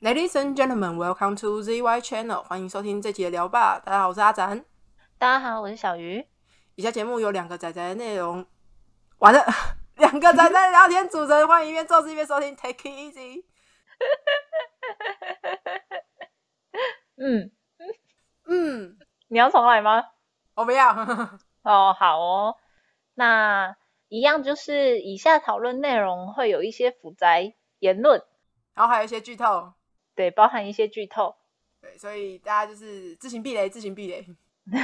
Ladies and gentlemen, welcome to ZY Channel， 欢迎收听这集的聊吧。大家好，我是阿展。 大家好，我是小鱼。 以下节目有两个仔仔的内容，完了，两个仔仔聊天组成，欢迎一边做事一边收听 ，Take it easy。 你要重来吗？ 我不要。 哦，好哦。那一样就是以下讨论内容会有一些腐宅言论， 然后还有一些剧透， 对，包含一些剧透。 对，所以大家就是自行避雷，自行避雷。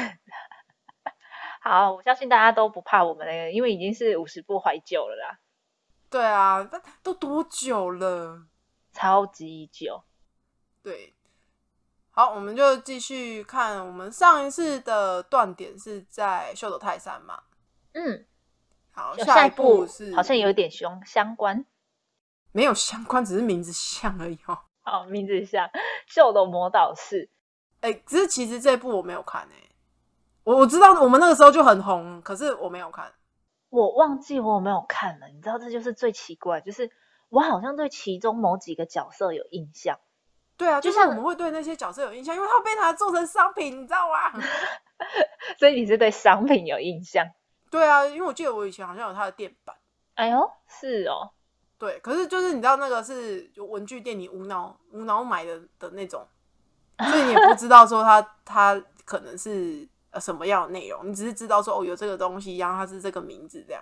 好，我相信大家都不怕我们了，因为已经是50部怀旧了啦。 对啊，都多久了？ 超级久。 对。好，我们就继续看，我们上一次的断点是在秀斗泰山嘛。好，下一部是好像有点相关， 没有相关，只是名字像而已哦。 好，名字像秀斗魔导士。 只是其实这部我没有看我知道我们那个时候就很红，可是我没有看。 我忘记我有没有看了，你知道这就是最奇怪，就是我好像对其中某几个角色有印象。 对啊，就是我们会对那些角色有印象，因为他会被拿做成商品，你知道吗？ 所以你是对商品有印象？ 对啊，因为我记得我以前好像有他的店版。 哎呦，是哦。 对，可是就是你知道那个是就文具店你无脑买的那种，所以你也不知道说他可能是什么样的内容，你只是知道说有这个东西，然后它是这个名字这样。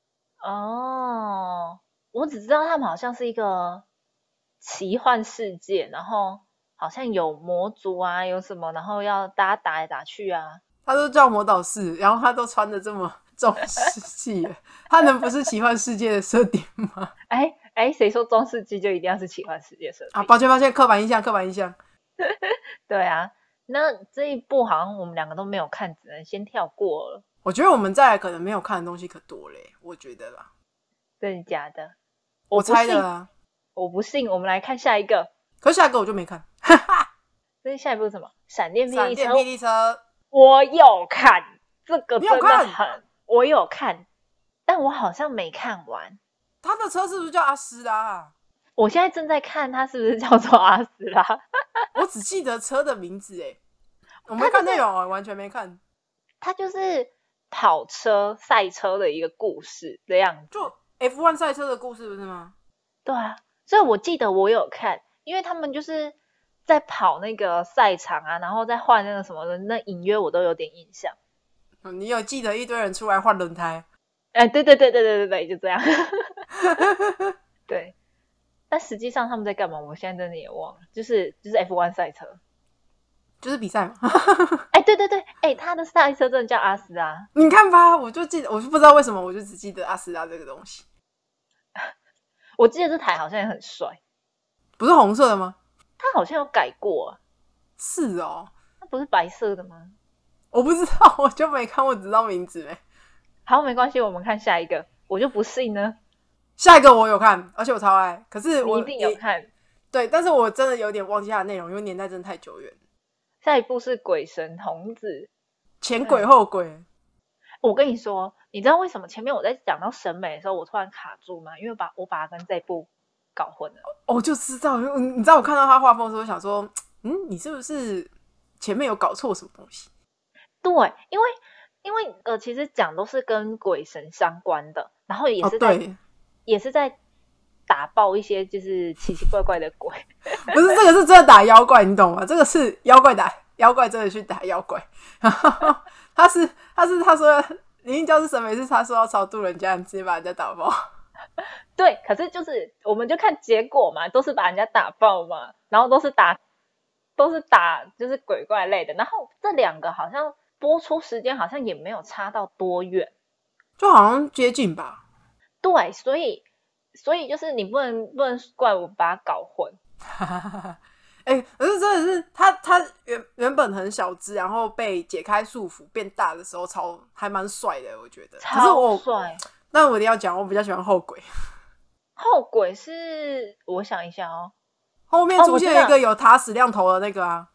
哦，我只知道他们好像是一个奇幻世界，然后好像有魔族啊，有什么，然后要大家打来打去啊。 他都叫魔导士，然后他都穿的这么中世纪，他能不是奇幻世界的设定吗？ 谁说中世纪就一定要是奇幻世界设定啊？抱歉，刻板印象。 对啊，那这一部好像我们两个都没有看，只能先跳过了。 我觉得我们再来可能没有看的东西可多嘞，我觉得啦。 真的假的？ 我猜的啊。 我不信，我们来看下一个。 可是下一个我就没看。 这下一部是什么？闪电霹雳车。 我有看，这个真的很， 我有看，但我好像没看完。 他的车是不是叫阿斯拉？ 我现在正在看，他是不是叫做阿斯拉？ 我只记得车的名字我没看内容完全没看。 他就是跑车赛车的一个故事的样子， 就 F1 赛车的故事不是吗？ 对啊，所以我记得我有看，因为他们就是在跑那个赛场啊，然后再换那个什么的，那隐约我都有点印象。 你有记得一堆人出来换轮胎？ 对，就这样。对，但实际上他们在干嘛？我现在真的也忘了。就是 F1 赛车， 就是比赛嘛。 对，他的赛车真的叫阿斯拉。 你看吧，我就记得，我就不知道为什么，我就只记得阿斯拉这个东西。 我记得这台好像也很帅， 不是红色的吗？ 他好像有改过是哦， 他不是白色的吗？ 我不知道，我就没看，我只知道名字好，没关系，我们看下一个。我就不信呢。 下一个我有看，而且我超爱，可是我你一定有看。 对，但是我真的有点忘记它的内容，因为年代真的太久远。 下一部是鬼神童子， 前鬼后鬼。 我跟你说，你知道为什么前面我在讲到审美的时候我突然卡住吗？因为我把它跟这部搞混了。 我就知道，你知道我看到他画风的时候想说，你是不是前面有搞错什么东西？ 对，因为其实讲都是跟鬼神相关的，然后也是在打爆一些就是奇奇怪怪的鬼。 不是，这个是真的打妖怪，你懂吗？这个是妖怪打妖怪，真的去打妖怪。然后他说灵异教师审美是他说要超度人家，你直接把人家打爆。 对，可是就是我们就看结果嘛，都是把人家打爆嘛，然后都是打就是鬼怪类的，然后这两个好像播出时间好像也没有差到多远， 就好像接近吧。 对，所以就是你不能怪我把它搞混。 可是真的是他原本很小只，然后被解开束缚变大的时候还蛮帅的，我觉得。 超帅。 但我一定要讲，我比较喜欢后鬼。 后鬼是我想一下后面出现一个有塔矢亮头的那个啊。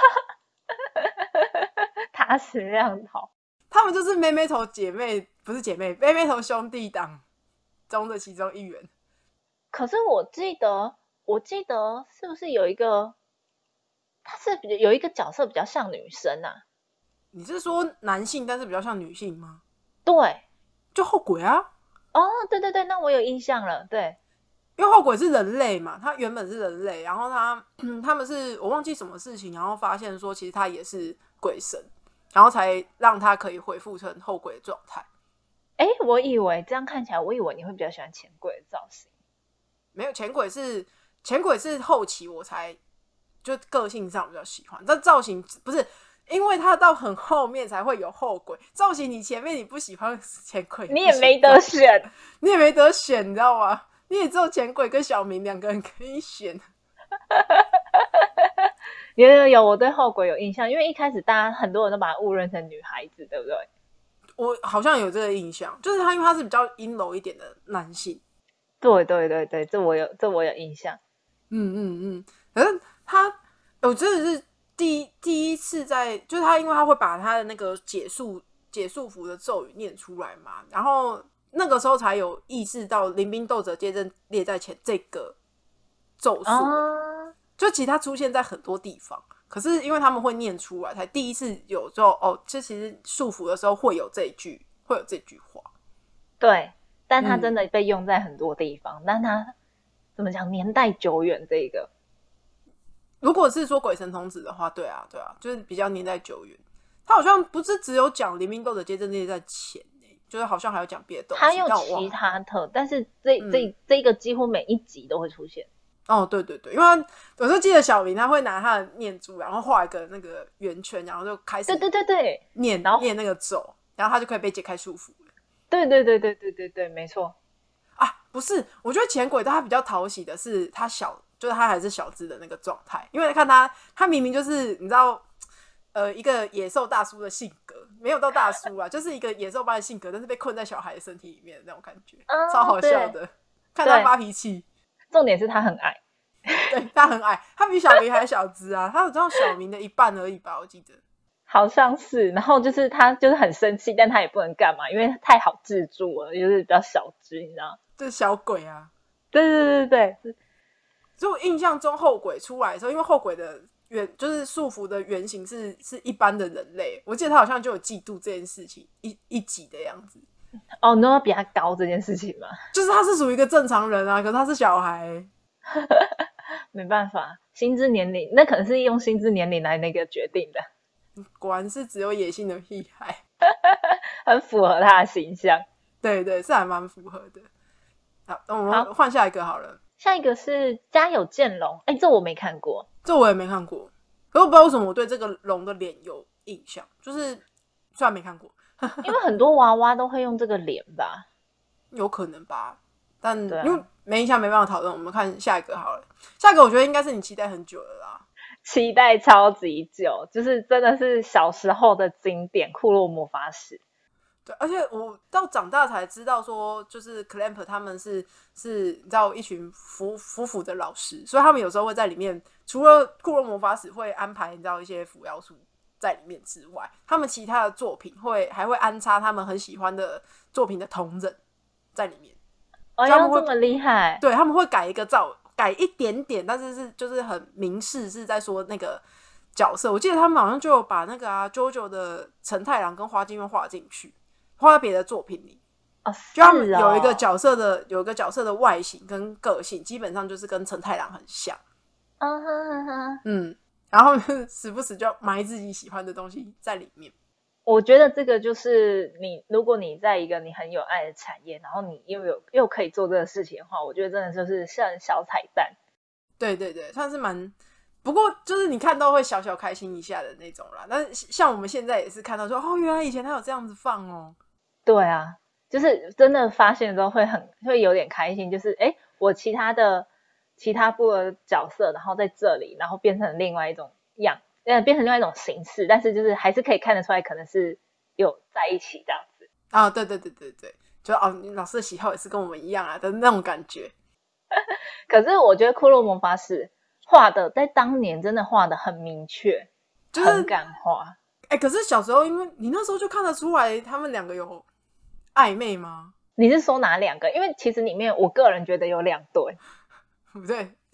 塔矢亮头， 他们就是妹妹头姐妹，不是姐妹，妹头兄弟党中的其中一员。 可是我记得我记得是不是有一个，他是有一个角色比较像女生啊？ 你是说男性但是比较像女性吗？ 对， 就后鬼啊， 哦，对对对，那我有印象了，对。 因为后鬼是人类嘛，他原本是人类，然后他们是我忘记什么事情，然后发现说其实他也是鬼神，然后才让他可以恢复成后鬼的状态。 哎，我以为这样看起来，我以为你会比较喜欢钱柜的造型。 没有前鬼是后期我才就个性上比较喜欢，但造型不是。因为他到很后面才会有后鬼造型，你前面你不喜欢前鬼， 你也没得选， 你也没得选，你知道吗？你也只有前鬼跟小明两个人可以选。 有，我对后鬼有印象，因为一开始大家很多人都把他误认成女孩子，对不对？ 我好像有这个印象，就是他因为他是比较阴柔一点的男性。 对对对对，这我有印象。 可是我真的是第一次就是他，因为他会把他的那个解束符的咒语念出来嘛，然后那个时候才有意识到临兵斗者皆阵列在前这个咒术。就其实它出现在很多地方，可是因为他们会念出来，才第一次有这其实束缚的时候会有这句话。 对，但它真的被用在很多地方，但它怎么讲年代久远这个。 如果是说鬼神童子的话，对啊，就是比较年代久远。他好像不是只有讲黎明斗者皆阵列在前，就是好像还有讲别的东西。 还有其他的，但是这个几乎每一集都会出现。 哦，对对对，因为有时候记得小明他会拿他的念珠，然后画一个那个圆圈，然后就开始对念那个咒，然后他就可以被解开束缚了。 对，没错啊，不是，我觉得前鬼他比较讨喜的是他就是他还是小只的那个状态，因为看他明明就是你知道，一个野兽大叔的性格，没有到大叔啊，就是一个野兽般的性格，但是被困在小孩的身体里面的那种感觉，超好笑的。看他发脾气， 重点是他很矮， 对，他很矮，他比小明还小只啊，他有这样小明的一半而已吧，我记得。 好像是，然后就是他就是很生气，但他也不能干嘛，因为太好制住了，就是比较小只，你知道？ 就是小鬼啊。 对。 所以我印象中后鬼出来的时候，因为后鬼的就是束缚的原型是一般的人类，我记得他好像就有嫉妒这件事情一集的样子。 哦，你要比他高这件事情吗？ 就是他是属于一个正常人啊，可是他是小孩。 没办法，心智年龄那可能是用心智年龄来那个决定的。 果然是只有野性的屁孩， 很符合他的形象。 对，是还蛮符合的。好，那我们换下一个好了。 下一个是家有剑龙，这我没看过， 这我也没看过，可是我不知道为什么我对这个龙的脸有印象，就是虽然没看过， 因为很多娃娃都会用这个脸吧， 有可能吧，但因为没印象没办法讨论，我们看下一个好了。下一个我觉得应该是你期待很久了啦。 期待超级久，就是真的是小时候的经典库洛魔法使。 对，而且我到长大才知道说，就是 Clamp 他们是你知道一群辅辅的老师，所以他们有时候会在里面，除了库洛魔法使会安排你知道一些辅要素在里面之外，他们其他的作品还会安插他们很喜欢的作品的同人在里面。 哦，要这么厉害？ 对，他们会改一点点，但是就是很明示是在说那个角色。我记得他们好像就有把那个JoJo 的承太郎跟花京院画进去，画在别的作品里。就他们有一个角色的外形跟个性，基本上就是跟承太郎很像。然后时不时就埋自己喜欢的东西在里面。 我觉得这个就是如果你在一个你很有爱的产业，然后你又可以做这个事情的话，我觉得真的就是像小彩蛋。 对，算是蛮，不过就是你看到会小小开心一下的那种啦。但是像我们现在也是看到说，原来以前他有这样子放哦。 对啊，就是真的发现之后会有点开心，就是我其他部的角色，然后在这里，然后变成另外一种变成另外一种形式，但是就是还是可以看得出来，可能是有在一起这样子啊。对，就老师的喜好也是跟我们一样啊的那种感觉。 可是我觉得库洛魔法使画的在当年真的画的很明确，就是很敢画。 可是小时候因为你那时候就看得出来他们两个有暧昧吗？ 你是说哪两个？因为其实里面我个人觉得有2对。 不对，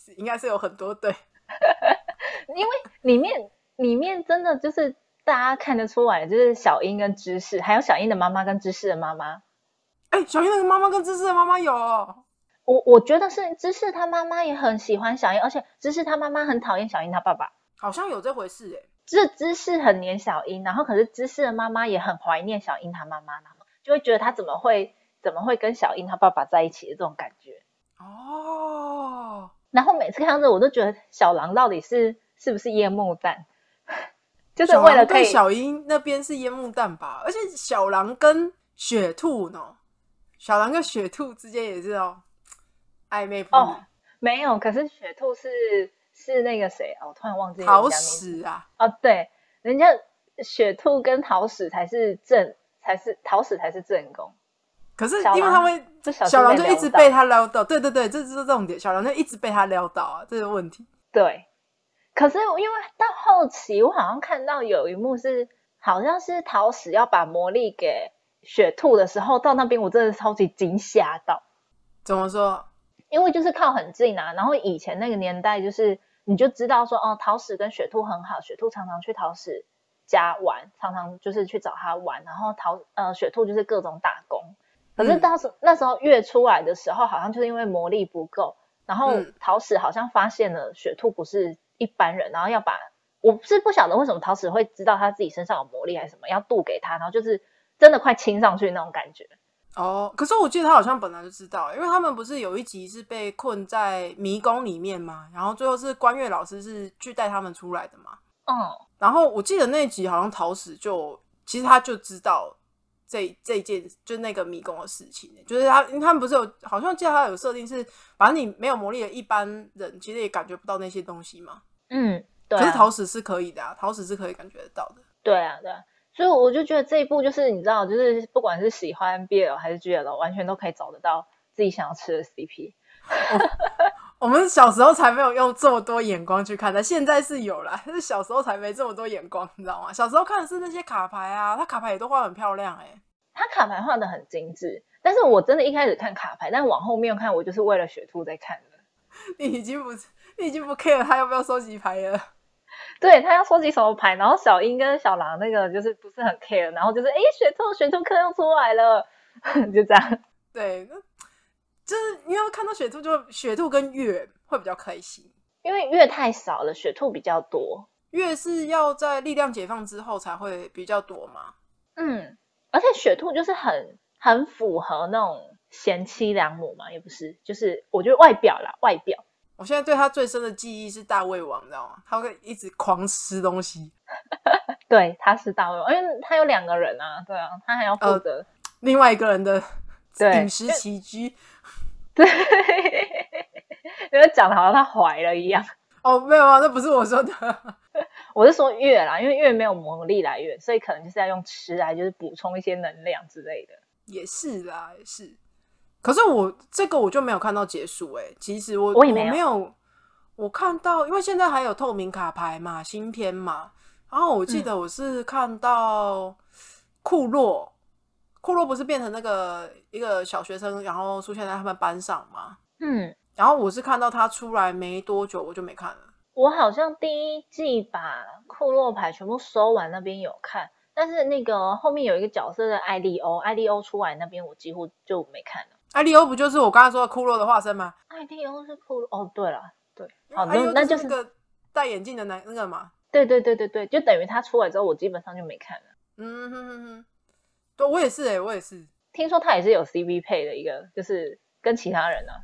应该是有很多对。 因为里面真的就是大家看得出来，就是小樱跟芝士，还有小樱的妈妈跟芝士的妈妈。 小樱的妈妈跟芝士的妈妈有哦。 我觉得是芝士他妈妈也很喜欢小樱，而且芝士他妈妈很讨厌小樱他爸爸。 好像有这回事哎。 芝士很黏小樱，然后可是芝士的妈妈也很怀念小樱他妈妈，然后就会觉得他怎么会跟小樱他爸爸在一起的这种感觉。 哦。 然后每次看到这我都觉得小狼到底是不是烟幕弹？就是为了可以小樱那边是烟幕弹吧，而且小狼跟雪兔呢，小狼跟雪兔之间也是暧昧不明。 没有，可是雪兔是那个谁我突然忘记桃矢啊。 对，人家雪兔跟桃矢才是桃矢才是正宫。 可是因为他会小狼就一直被他撩到，对对对，这就是重点，小狼就一直被他撩到啊，这个问题。 对，可是因为到后期我好像看到有一幕是好像是桃矢要把魔力给雪兔的时候，到那边我真的超级惊吓到。 怎么说？ 因为就是靠很近啊，然后以前那个年代就是你就知道说桃矢跟雪兔很好，雪兔常常去桃矢家玩，常常就是去找他玩，然后雪兔就是各种打工。可是那时候月出来的时候，好像就是因为魔力不够，然后桃矢好像发现了雪兔不是一般人，然后我是不晓得为什么桃矢会知道他自己身上有魔力还是什么，要渡给他，然后就是真的快亲上去那种感觉。 可是我记得他好像本来就知道，因为他们不是有一集是被困在迷宫里面嘛，然后最后是观月老师是去带他们出来的嘛。然后我记得那一集好像桃矢其实他就知道这一件就是那个迷宫的事情，就是他们不是好像记得他有设定是，反正你没有魔力的一般人其实也感觉不到那些东西嘛。 对可是桃矢是可以的桃矢是可以感觉得到的。 对啊，所以我就觉得这一部就是你知道，就是不管是喜欢 BL 还是 GL， 完全都可以找得到自己想要吃的 CP。 我们小时候才没有用这么多眼光去看的，现在是有啦，但是小时候才没这么多眼光，你知道吗？小时候看的是那些卡牌啊，他卡牌也都画得很漂亮他卡牌画得很精致，但是我真的一开始看卡牌，但往后面看我就是为了雪兔在看的。 你已经不 care 他要不要收集牌了。 对，他要收集什么牌，然后小樱跟小狼那个就是不是很 care， 然后就是雪兔课又出来了，就这样。 对，就是因为看到雪兔，就雪兔跟月会比较开心， 因为月太少了，雪兔比较多。 月是要在力量解放之后才会比较多嘛。 而且雪兔就是很符合那种贤妻良母嘛，也不是，就是我觉得外表。 我现在对他最深的记忆是大胃王，你知道吗？他会一直狂吃东西。 对，他是大胃王，因为他有2个人啊，对啊，他还要负责另外一个人的饮食起居。 对，因为讲的好像他怀了一样。 没有啊，那不是我说的。 我是说月啦，因为月没有魔力来源，所以可能就是要用吃来就是补充一些能量之类的。 也是啦，也是。可是这个我就没有看到结束其实我也没有，我看到，因为现在还有透明卡牌嘛，新篇嘛，然后我记得我是看到库洛不是变成那个一个小学生，然后出现在他们班上嘛，然后我是看到他出来没多久我就没看了。 我好像第一季把库洛牌全部收完那边有看，但是那个后面有一个角色的艾利欧出来那边我几乎就没看了。 艾利欧不就是我刚才说的库洛的化身吗？ 艾利欧是库洛对了，对， 好，那就是那个戴眼镜的那个嘛。对， 就等于他出来之后我基本上就没看了。 对，我也是我也是。 听说他也是有 CV 配的一个，就是跟其他人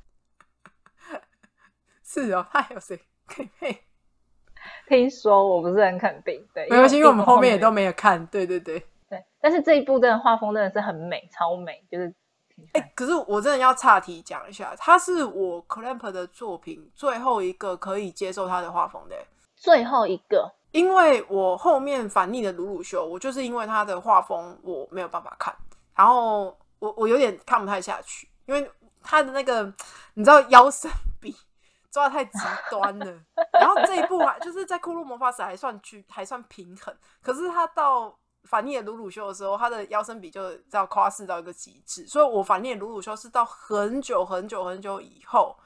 是他有谁可以配？ 听说我不是很肯定。对， 没关系，因为我们后面也都没有看。对， 但是这一部真的画风真的是很美，超美，就是可是我真的要岔题讲一下，他是我 Clamp 的作品最后一个可以接受他的画风的最后一个。 因为我后面反逆的鲁鲁修，我就是因为他的画风我没有办法看，然后我有点看不太下去，因为他的那个你知道腰身比抓得太极端了。然后这一部就是在库洛魔法使还算平衡，可是他到反逆的鲁鲁修的时候，他的腰身比就要夸饰到一个极致，所以我反逆的鲁鲁修是到很久以后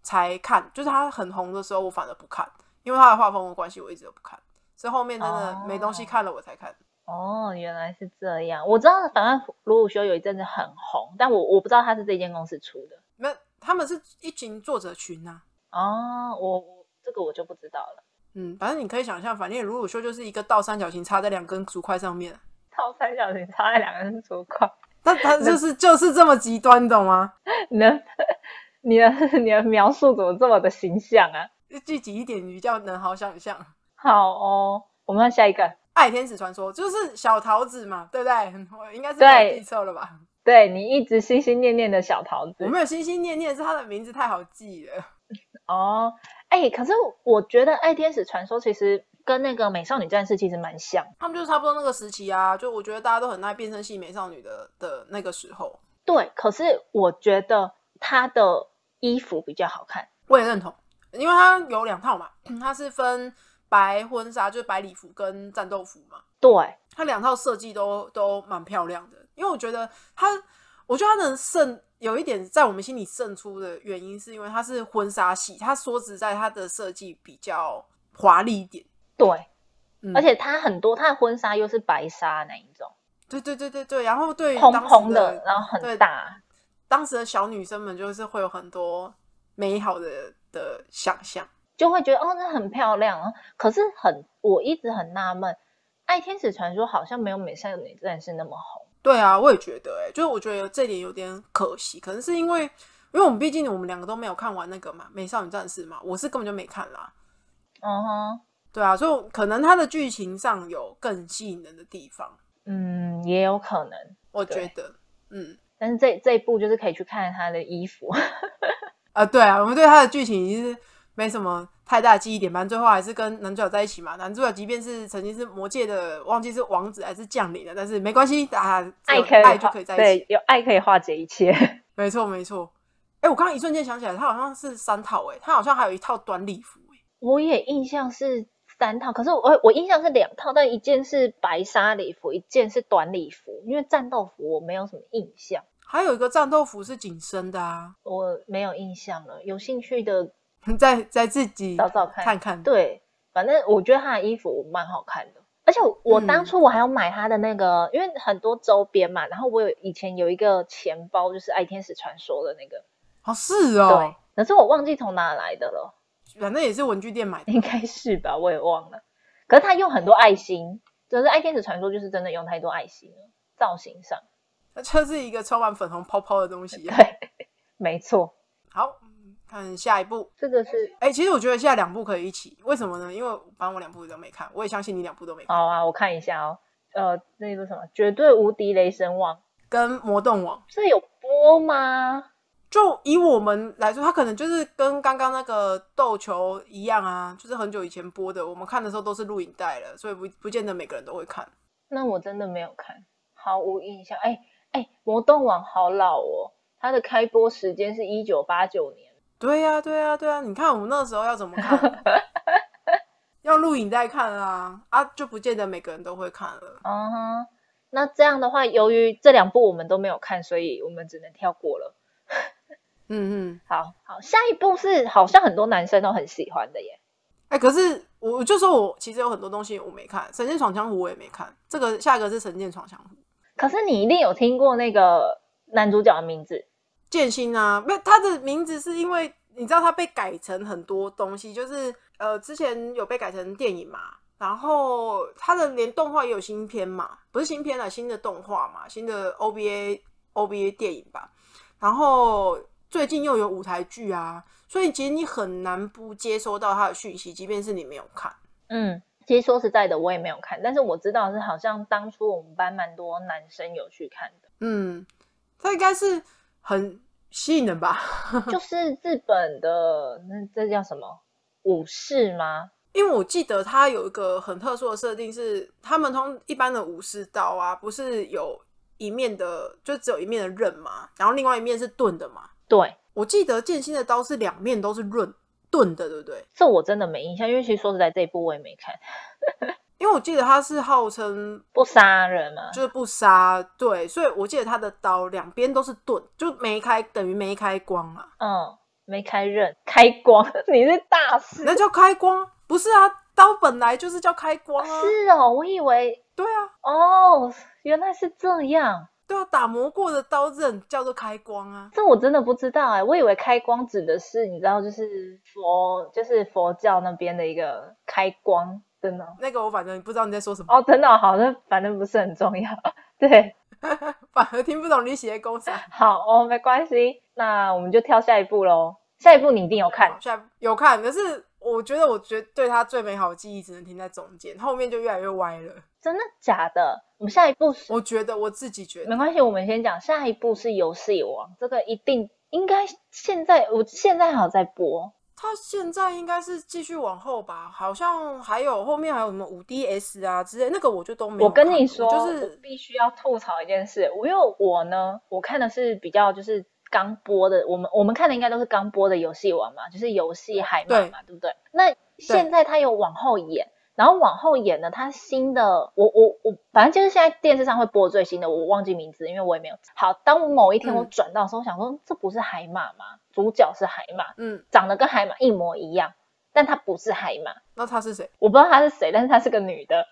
才看，就是他很红的时候我反而不看，因为他的画风的关系我一直都不看，是后面真的没东西看了我才看。 哦，原来是这样。我知道反正鲁鲁修有一阵子很红，但我不知道他是这间公司出的。 没，他们是一群作者群啊。 哦，我这个我就不知道了。 反正你可以想象，反正鲁鲁修就是一个倒三角形插在2根竹块上面， 倒三角形插在2根竹块， 但他就是这么极端，你懂吗？ 你的描述怎么这么的形象啊？ 具体一点比较能好想象。 好哦，我们要下一个。 爱天使传说就是小桃子嘛，对不对？我应该是没有记错了吧？ 对，你一直心心念念的小桃子。 我没有心心念念，是他的名字太好记了。 哦，可是我觉得爱天使传说其实跟那个美少女战士其实蛮像， 他们就是差不多那个时期啊，就我觉得大家都很爱变身系美少女的那个时候。 对，可是我觉得她的衣服比较好看。 我也认同，因为它有2套嘛，它是分白婚纱，就是白礼服跟战斗服嘛。 对， 它2套设计都蛮漂亮的，因为我觉得它能胜，有一点在我们心里胜出的原因，是因为它是婚纱系，它说实在，它的设计比较华丽一点。 对，而且它很多，它的婚纱又是白纱那一种。 对，然后对蓬蓬的，然后很大。 当时的小女生们就是会有很多美好的想象， 就会觉得那很漂亮。可是我一直很纳闷，爱天使传说好像没有美少女战士那么红。 对啊，我也觉得就是我觉得这点有点可惜，可能是因为我们毕竟我们2个都没有看完那个嘛美少女战士嘛，我是根本就没看啦。对啊，所以可能它的剧情上有更吸引人的地方。 也有可能， 我觉得。 但是这一部就是可以去看他的衣服。 对啊，我们对他的剧情已经是没什么太大的记忆点，反正最后还是跟男主角在一起嘛。男主角即便是曾经是魔界的，忘记是王子还是将领的，但是没关系啊，爱就可以在一起。 对，有爱可以化解一切。 没错。我刚刚一瞬间想起来，他好像是3套他好像还有1套短礼服我也印象是3套，可是我印象是2套，但一件是白纱礼服，一件是短礼服。因为战斗服我没有什么印象， 还有一个战斗服是紧身的啊， 我没有印象了。有兴趣的再自己找看看。 对，反正我觉得他的衣服蛮好看的，而且我当初我还要买他的那个，因为很多周边嘛，然后我以前有一个钱包，就是爱天使传说的那个。 是哦。 对，可是我忘记从哪来的了。 反正也是文具店买的， 应该是吧，我也忘了。可是他用很多爱心，就是爱天使传说就是真的用太多爱心了，造型上它就是一个充满粉红泡泡的东西。 对，没错。 好，看下一部。 这个是其实我觉得现在2部可以一起，为什么呢？因为反正我2部都没看，我也相信你2部都没看。 好啊，我看一下哦。那个什么绝对无敌雷神王跟魔动王这有播吗？ 就以我们来说，它可能就是跟刚刚那个斗球一样啊，就是很久以前播的，我们看的时候都是录影带了，所以不见得每个人都会看。 那我真的没有看，毫无印象。魔动王好老哦，它的开播时间是1989年。 对啊，你看我们那时候要怎么看？要录影带看啊，就不见得每个人都会看了。 那这样的话，由于这2部我们都没有看，所以我们只能跳过了。好，下一部是好像很多男生都很喜欢的耶。 可是我就说我其实有很多东西我没看，《神剑闯江湖》我也没看，这个下一个是《神剑闯江湖》。 可是你一定有听过那个男主角的名字， 剑心啊，没有，他的名字是因为你知道他被改成很多东西，就是之前有被改成电影嘛，然后他的连动画也有新片嘛，不是新片啦，新的动画嘛，新的 OVA 电影吧，然后最近又有舞台剧啊，所以其实你很难不接收到他的讯息，即便是你没有看。 其实说实在的我也没有看，但是我知道是好像当初我们班蛮多男生有去看的。 他应该是很吸引人吧。 就是日本的这叫什么武士吗？ 因为我记得他有一个很特殊的设定是，他们一般的武士刀啊，不是有一面的，就只有一面的刃嘛，然后另外一面是钝的嘛。 对， 我记得剑心的刀是2面都是钝的，对不对？ 这我真的没印象，因为其实说实在这一部我也没看。 因为我记得他是号称不杀人嘛， 就是不杀，对，所以我记得他的刀2边都是钝，就没开等于没开光啊。 没开刃，开光，你是大师？ 那叫开光？不是啊，刀本来就是叫开光啊。 是哦，我以为。 对啊。 哦，原来是这样。 对啊，打磨过的刀刃叫做开光啊。 这我真的不知道哎，我以为开光指的是你知道，就是佛教那边的一个开光，真的。 那个我反正不知道你在说什么。 哦，真的好，那反正不是很重要。对， 反而听不懂你写的公啥。 好哦，没关系，那我们就跳下一步咯。下一步你一定有看。 下一步有看，可是我觉得对他最美好的记忆只能停在中间，后面就越来越歪了。 真的假的？我们下一步是， 我自己觉得没关系，我们先讲下一步是游戏王，这个一定应该现在还有在播。 他现在应该是继续往后吧，好像还有后面还有什么 5DS 啊之类，那个我就都没有看。 我跟你说， 就是我必须要吐槽一件事，因为我看的是比较就是刚播的，我们看的应该都是刚播的游戏王嘛，就是游戏海马嘛， 对不对？那现在他有往后演，然后往后演呢，他新的我反正就是现在电视上会播最新的，我忘记名字，因为我也没有。好，当我某一天我转到的时候，我想说这不是海马吗？主角是海马，长得跟海马一模一样，但他不是海马。 那他是谁？ 我不知道他是谁，但是他是个女的。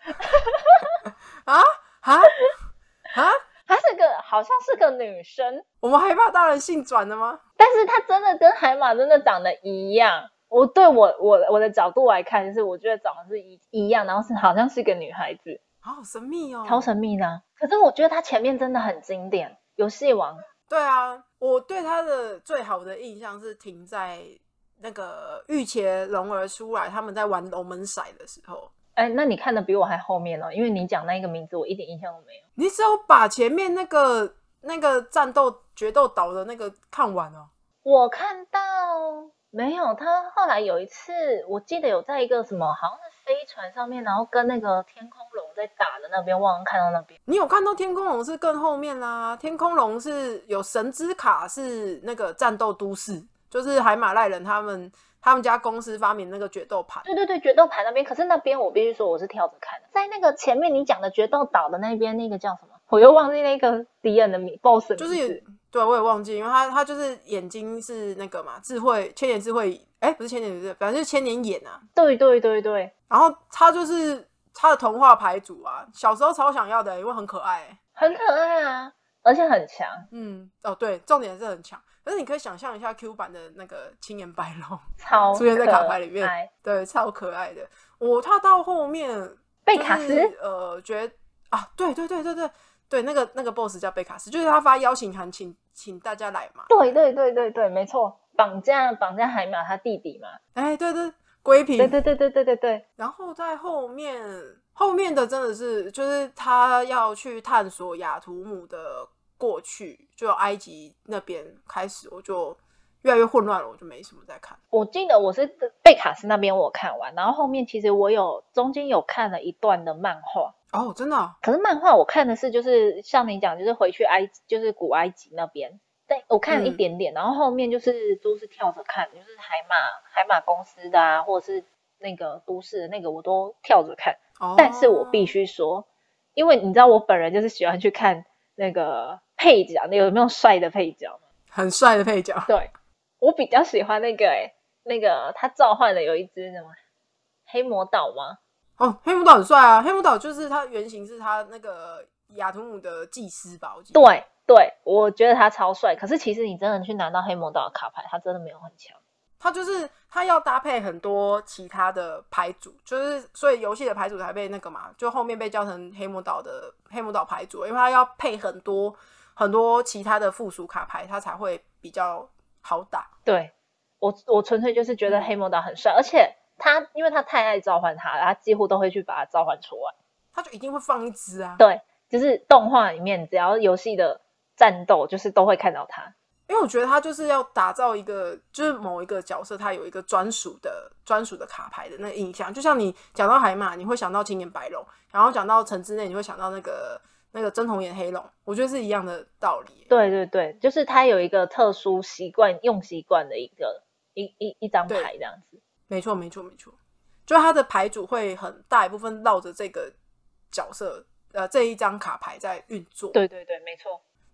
她是个好像是个女生。 我们海马大人姓转的吗？ 但是她真的跟海马真的长得一样。我对我的角度来看，就是我觉得长得是一样，然后是好像是个女孩子。 好神秘哦， 超神秘的。可是我觉得她前面真的很经典，游戏王。 对啊，我对他的最好的印象是停在那个御茄龙儿出来，他们在玩龙门骰的时候。 那你看的比我还后面哦，因为你讲那个名字我一点印象都没有。 你只有把前面那个战斗决斗岛的那个看完哦。 我看到没有，他后来有一次我记得有在一个什么好像是飞船上面，然后跟那个天空龙在打的那边，忘了看到那边。 你有看到天空龙是更后面啦，天空龙是有神之卡，是那个战斗都市，就是海马赖人他们家公司发明那个决斗盘。 对对对，决斗盘那边，可是那边我必须说我是跳着看的。在那个前面你讲的决斗岛的那边，那个叫什么？我又忘记那个敌人的BOSS 的名字。 就是对，我也忘记，因为他就是眼睛是那个嘛，千年智慧，不是千年智慧，反正就是千年眼啊。 对对对对。 然后他就是他的童话牌组啊，小时候超想要的，因为很可爱。 很可爱啊，而且很强。 对，重点是很强。可是你可以想象一下 Q 版的那个青眼白龙超出现在卡牌里面，对，超可爱的。他到后面贝卡斯， 觉得啊，对，那个 boss 叫贝卡斯，就是他发邀请函请大家来嘛。 对对对对对，没错，绑架海马他弟弟嘛。 对，龟平。 对。 然后在后面的真的是就是他要去探索雅图姆的过去，就埃及那边开始，我就越来越混乱了，我就没什么在看。 我记得我是贝卡斯那边我看完，然后后面其实我中间有看了一段的漫画。 哦，真的可是漫画我看的是就是像你讲，就是回去就是古埃及那边，但我看了一点点，然后后面就是都是跳着看，就是海马公司的啊，或者是那个都市的那个我都跳着看。但是我必须说，因为你知道我本人就是喜欢去看那个配角，你有没有帅的配角？ 很帅的配角。 对，我比较喜欢那个他召唤的有一只什么黑魔岛吗？ 黑魔岛很帅啊！黑魔岛就是他原型是他那个雅图姆的祭司吧，我记得。 对，我觉得他超帅。可是其实你真的去拿到黑魔岛的卡牌，他真的没有很强。 他就是他要搭配很多其他的牌组，就是所以游戏的牌组才被那个嘛，就后面被叫成黑魔岛牌组，因为他要配很多其他的附属卡牌，他才会比较好打。 对，我纯粹就是觉得黑魔岛很帅，而且因为他太爱召唤他几乎都会去把他召唤出来， 他就一定会放一只啊。 对，就是动画里面只要游戏的战斗，就是都会看到他。 因为我觉得他就是要打造一个，就是某一个角色，他有一个专属的卡牌的那个印象。就像你讲到海马，你会想到青眼白龙，然后讲到城之内，你会想到那个真红眼黑龙。我觉得是一样的道理。 对对对，就是他有一个特殊用习惯的一张牌这样子。 没错，就他的牌组会很大一部分绕着这个角色这一张卡牌在运作。 对对对，没错。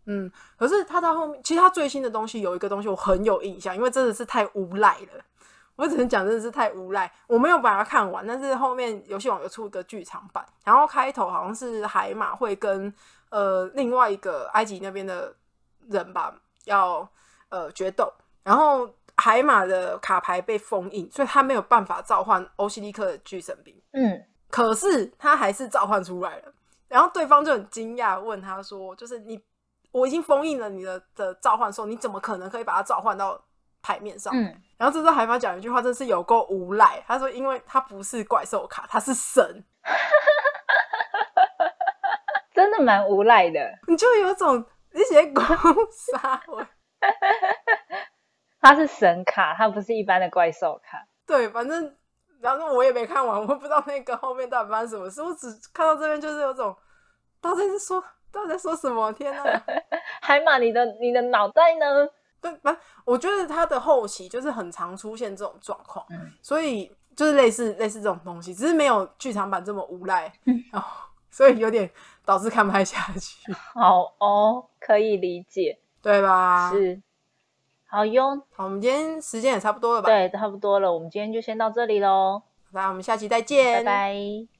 可是他到后面，其实他最新的东西有一个东西我很有印象，因为真的是太无赖了。我只能讲真的是太无赖，我没有把它看完，但是后面游戏网有出一个剧场版，然后开头好像是海马会跟另外一个埃及那边的人吧要决斗，然后海马的卡牌被封印，所以他没有办法召唤欧西利克的巨神兵。可是他还是召唤出来了，然后对方就很惊讶问他说，就是我已经封印了你的召唤兽，你怎么可能可以把它召唤到牌面上？然后这时候海马讲一句话真是有够无赖，他说因为他不是怪兽卡，他是神。 真的蛮无赖的， 你就有种一些公杀我。 他是神卡，他不是一般的怪兽卡。 对，反正我也没看完，我不知道那个后面到底发生什么事，我只看到这边就是有种到底在说什么？天哪！ 海马，你的脑袋呢？ 对，我觉得他的后期就是很常出现这种状况，所以就是类似这种东西，只是没有剧场版这么无赖，所以有点导致看不太下去。 好哦，可以理解， 对吧？ 是，好哟。 好，我们今天时间也差不多了吧？ 对，差不多了，我们今天就先到这里咯。 那我们下期再见， 拜拜。